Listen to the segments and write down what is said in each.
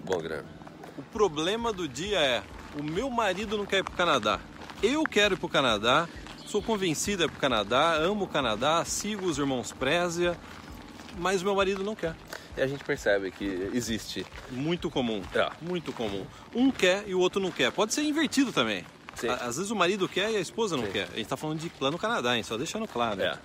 Bom, Guilherme. O problema do dia é, o meu marido não quer ir pro Canadá. Eu quero ir pro Canadá, sou convencido a ir pro Canadá, amo o Canadá, sigo os irmãos Prézia, mas o meu marido não quer. E a gente percebe que existe. Muito comum, É. muito comum. Um quer e o outro não quer. Pode ser invertido também. Sim. Às vezes o marido quer e a esposa não quer. A gente tá falando de Plano Canadá, hein? Só deixando claro. É.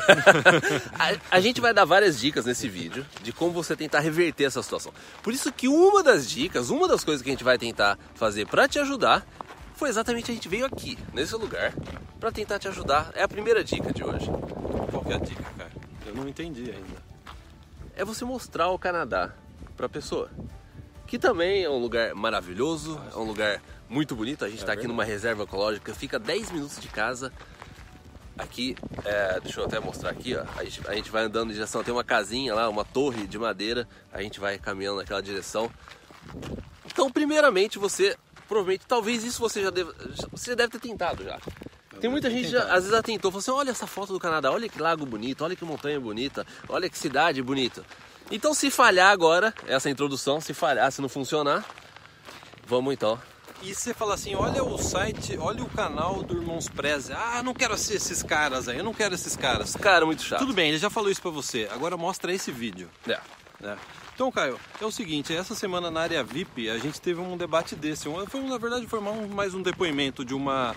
a gente vai dar várias dicas nesse vídeo de como você tentar reverter essa situação. Por isso que uma das dicas, uma das coisas que a gente vai tentar fazer para te ajudar foi exatamente a gente veio aqui, nesse lugar, para tentar te ajudar. É a primeira dica de hoje. Qual que é a dica, cara? Eu não entendi ainda. É você mostrar o Canadá para a pessoa. Que também é um lugar maravilhoso, é um lugar muito bonito. A gente está aqui numa reserva ecológica, fica 10 minutos de casa. Aqui, deixa eu até mostrar aqui, ó. A gente vai andando em direção, tem uma casinha lá, uma torre de madeira. A gente vai caminhando naquela direção. Então, primeiramente, você, provavelmente, talvez isso você já deve ter tentado já. Tem muita gente que às vezes já tentou, falou assim, olha essa foto do Canadá, olha que lago bonito, olha que montanha bonita, olha que cidade bonita. Então, se falhar agora, essa introdução, se falhar, se não funcionar, vamos então. E você fala assim, olha o site, olha o canal do Irmãos Prézia. Ah, não quero ser esses caras aí, eu não quero esses caras. Esse cara é muito chato. Tudo bem, ele já falou isso pra você, agora mostra esse vídeo. É. Então, Caio, é o seguinte, essa semana na área VIP a gente teve um debate desse. Na verdade, foi mais um depoimento de uma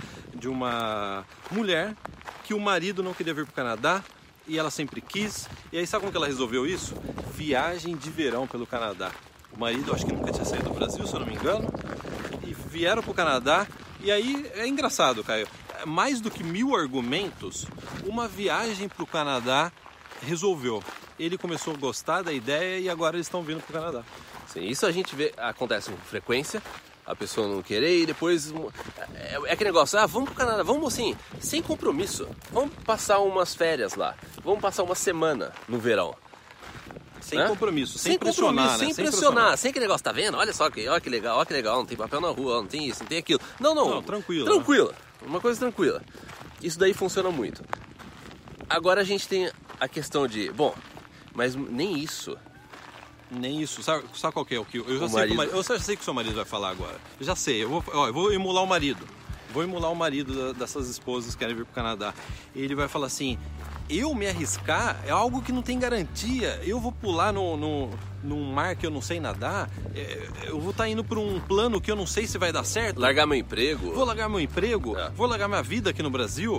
mulher que o marido não queria vir para o Canadá e ela sempre quis. E aí, sabe como que ela resolveu isso? Viagem de verão pelo Canadá. O marido, acho que nunca tinha saído do Brasil, se eu não me engano, e vieram para o Canadá. E aí, é engraçado, Caio, mais do que 1000 argumentos, uma viagem para o Canadá resolveu. Ele começou a gostar da ideia e agora eles estão vindo para o Canadá. Sim, isso a gente vê, acontece com frequência, a pessoa não querer e depois é aquele negócio, vamos pro Canadá, vamos assim, sem compromisso, vamos passar umas férias lá, vamos passar uma semana no verão. Sem compromisso, sem pressionar, sem pressionar, sem aquele negócio, tá vendo? Olha só, olha que legal, não tem papel na rua, não tem isso, não tem aquilo. Não, tranquilo. Uma coisa tranquila. Isso daí funciona muito. Agora a gente tem a questão de, mas nem isso. Nem isso. Sabe qual que é o que eu já sei que o seu marido vai falar agora. Eu já sei. Eu vou emular o marido. Vou emular o marido dessas esposas que querem vir pro Canadá. Ele vai falar assim: eu me arriscar é algo que não tem garantia. Eu vou pular num mar que eu não sei nadar. Eu vou estar indo para um plano que eu não sei se vai dar certo. Largar meu emprego. Vou largar meu emprego. Vou largar minha vida aqui no Brasil.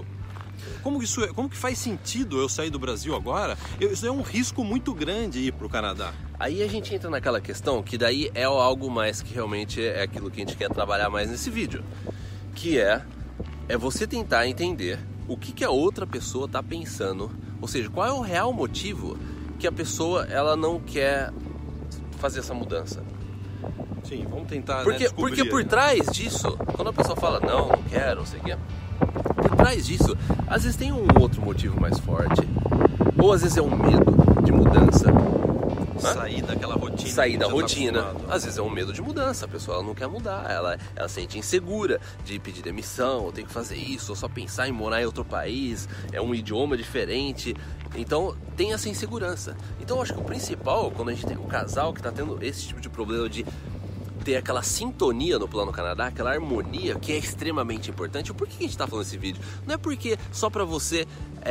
Como que faz sentido eu sair do Brasil agora? Isso é um risco muito grande ir para o Canadá. Aí a gente entra naquela questão que daí é algo mais que realmente é aquilo que a gente quer trabalhar mais nesse vídeo. Que é você tentar entender o que a outra pessoa está pensando. Ou seja, qual é o real motivo que a pessoa ela não quer fazer essa mudança. Sim, vamos tentar porque por trás disso, quando a pessoa fala não quero, não sei o quê, por trás disso, às vezes tem um outro motivo mais forte. Ou às vezes é um medo de mudança. Sair daquela rotina. Sair da rotina. Às vezes é um medo de mudança. A pessoa ela não quer mudar. Ela se sente insegura de pedir demissão, ou tem que fazer isso, ou só pensar em morar em outro país. É um idioma diferente. Então tem essa insegurança. Então eu acho que o principal, quando a gente tem um casal que está tendo esse tipo de problema de ter aquela sintonia no Plano Canadá, aquela harmonia que é extremamente importante. Por que a gente está falando esse vídeo? Não é porque só para você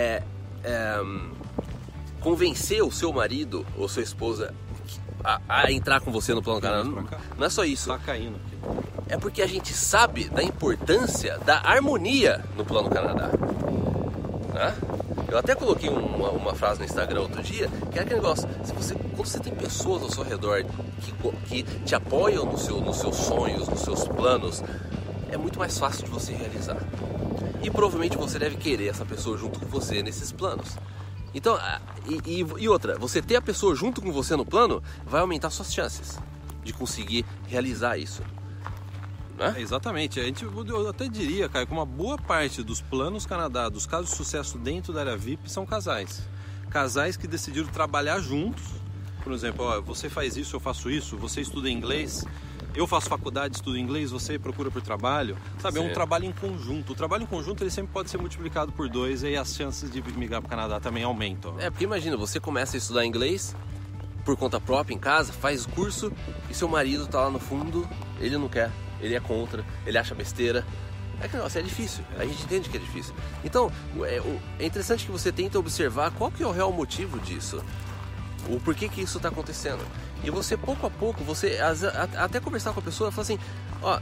convencer o seu marido ou sua esposa a entrar com você no Plano Canadá. Não é só isso. Tá caindo aqui. É porque a gente sabe da importância da harmonia no Plano Canadá. Eu até coloquei uma frase no Instagram outro dia, que é aquele negócio, quando você tem pessoas ao seu redor que te apoiam nos seus sonhos, nos seus planos, é muito mais fácil de você realizar. E provavelmente você deve querer essa pessoa junto com você nesses planos. Então, e outra, você ter a pessoa junto com você no plano vai aumentar suas chances de conseguir realizar isso. Exatamente. Eu até diria, Caio, que uma boa parte dos planos Canadá, dos casos de sucesso dentro da área VIP, são casais. Casais que decidiram trabalhar juntos. Por exemplo, você faz isso, eu faço isso, você estuda inglês, eu faço faculdade, estudo inglês, você procura por trabalho. Sabe, Sim. É um trabalho em conjunto. O trabalho em conjunto ele sempre pode ser multiplicado por 2 e aí as chances de migrar para o Canadá também aumentam. Porque imagina, você começa a estudar inglês, por conta própria em casa, faz curso e seu marido tá lá no fundo, ele não quer, ele é contra, ele acha besteira. É que negócio é difícil, a gente entende que é difícil. Então, é interessante que você tente observar qual que é o real motivo disso. O porquê que isso está acontecendo. E você, pouco a pouco, você até conversar com a pessoa, falar assim, ó,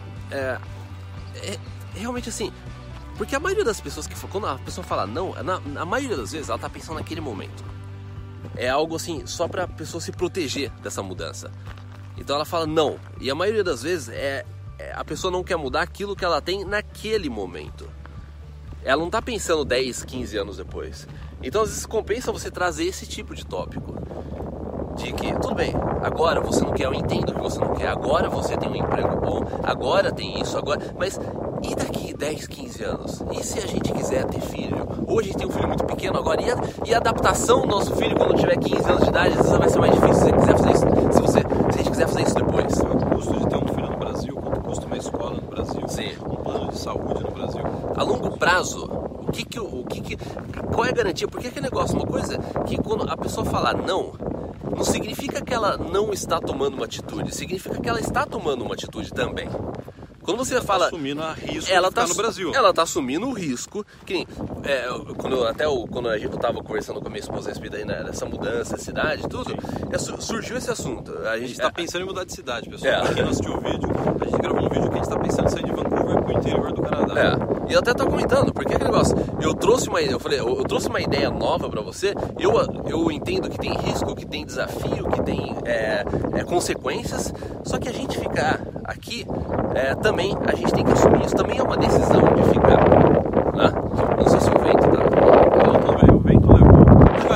realmente assim, porque a maioria das pessoas, quando a pessoa fala não, a maioria das vezes ela está pensando naquele momento. É algo assim, só para a pessoa se proteger dessa mudança. Então ela fala não, e a maioria das vezes a pessoa não quer mudar aquilo que ela tem naquele momento. Ela não está pensando 10, 15 anos depois. Então às vezes compensa você trazer esse tipo de tópico. De que, tudo bem, agora você não quer, eu entendo que você não quer, agora você tem um emprego bom, agora tem isso, agora... Mas e daqui 10, 15 anos? E se a gente quiser ter filho? Ou a gente tem um filho muito pequeno agora, e a adaptação do nosso filho quando tiver 15 anos de idade, às vezes vai ser mais difícil se você quiser fazer isso, se a gente quiser fazer isso depois. Quanto custa de ter um filho no Brasil? Quanto custa uma escola no Brasil? Sim. Um plano de saúde no Brasil? A longo prazo, qual é a garantia? Porque aquele negócio, uma coisa que quando a pessoa falar não significa que ela não está tomando uma atitude, significa que ela está tomando uma atitude também. Quando você fala... assumindo a risco ela de ficar no Brasil. Ela está assumindo o risco. Que, quando eu estava conversando com a minha esposa a respeito aí, dessa mudança de cidade e tudo, surgiu esse assunto. A gente está pensando em mudar de cidade, pessoal. Pra quem não assistiu o vídeo, a gente gravou um vídeo que a gente está pensando em sair de Vancouver para o interior do Canadá. E eu até estava comentando, porque aquele negócio, eu trouxe uma ideia nova para você, eu entendo que tem risco, que tem desafio, que tem consequências, só que a gente ficar aqui, também a gente tem que assumir isso, também é uma decisão de ficar, né? Não sei se o vento tá... Não, tudo bem, o vento levou.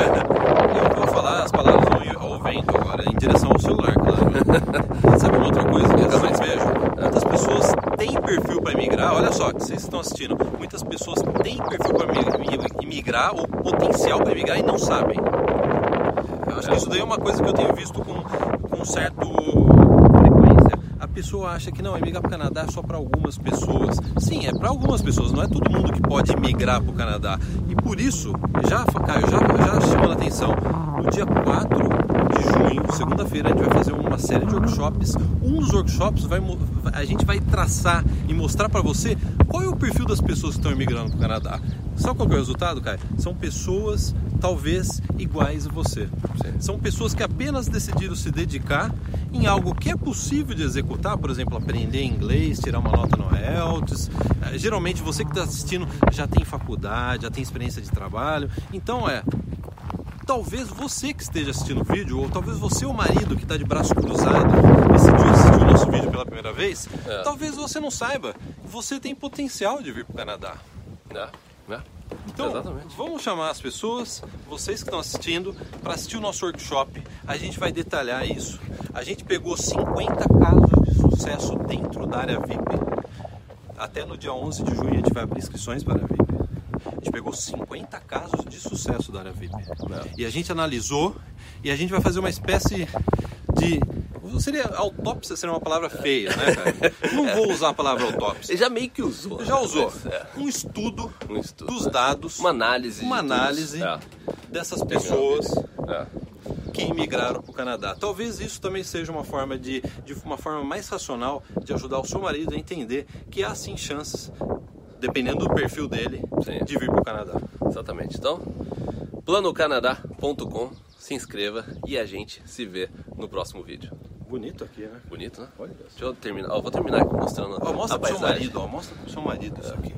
Eu vou falar as palavras ao vento agora, em direção ao celular, claro. Sabe uma outra coisa que eu também vejo? Muitas pessoas têm perfil para emigrar, olha só, vocês estão assistindo, muitas pessoas têm perfil para emigrar ou potencial para emigrar e não sabem. Eu acho que isso daí é uma coisa que eu tenho visto com certo frequência. A pessoa acha que não, emigrar para o Canadá é só para algumas pessoas. Sim, é para algumas pessoas, não é todo mundo que pode emigrar para o Canadá. E por isso, Caio, já chamando a atenção, no dia 4 de junho, segunda-feira, a gente vai fazer uma série de workshops. Um dos workshops a gente vai traçar e mostrar para você qual é o perfil das pessoas que estão emigrando para o Canadá. Sabe qual é o resultado, Caio? São pessoas talvez iguais a você. Sim. São pessoas que apenas decidiram se dedicar em algo que é possível de executar, por exemplo, aprender inglês, tirar uma nota no IELTS. Geralmente você que está assistindo já tem faculdade, já tem experiência de trabalho. Então talvez você que esteja assistindo o vídeo, ou talvez você, o marido que está de braço cruzado, decidiu assistir o nosso vídeo pela primeira vez, talvez você não saiba, você tem potencial de vir para o Canadá. Então, exatamente. Vamos chamar as pessoas, vocês que estão assistindo, para assistir o nosso workshop. A gente vai detalhar isso. A gente pegou 50 casos de sucesso dentro da área VIP. Até no dia 11 de junho a gente vai abrir inscrições para a VIP. A gente pegou 50 casos de sucesso da área VIP. E a gente analisou e a gente vai fazer uma espécie de... autópsia seria uma palavra feia, né, cara? Não vou usar a palavra autópsia. Ele já meio que usou. Já usou. Um estudo dos dados. Uma análise dessas pessoas que imigraram para o Canadá. Talvez isso também seja uma forma de uma forma mais racional de ajudar o seu marido a entender que há sim chances, dependendo do perfil dele, de vir para o Canadá. Exatamente. Então, planocanadá.com, se inscreva e a gente se vê no próximo vídeo. Bonito aqui, né? Bonito, né? Olha. Deixa eu terminar. Vou terminar aqui mostrando mostra a pro seu paisagem. marido, mostra pro seu marido isso aqui.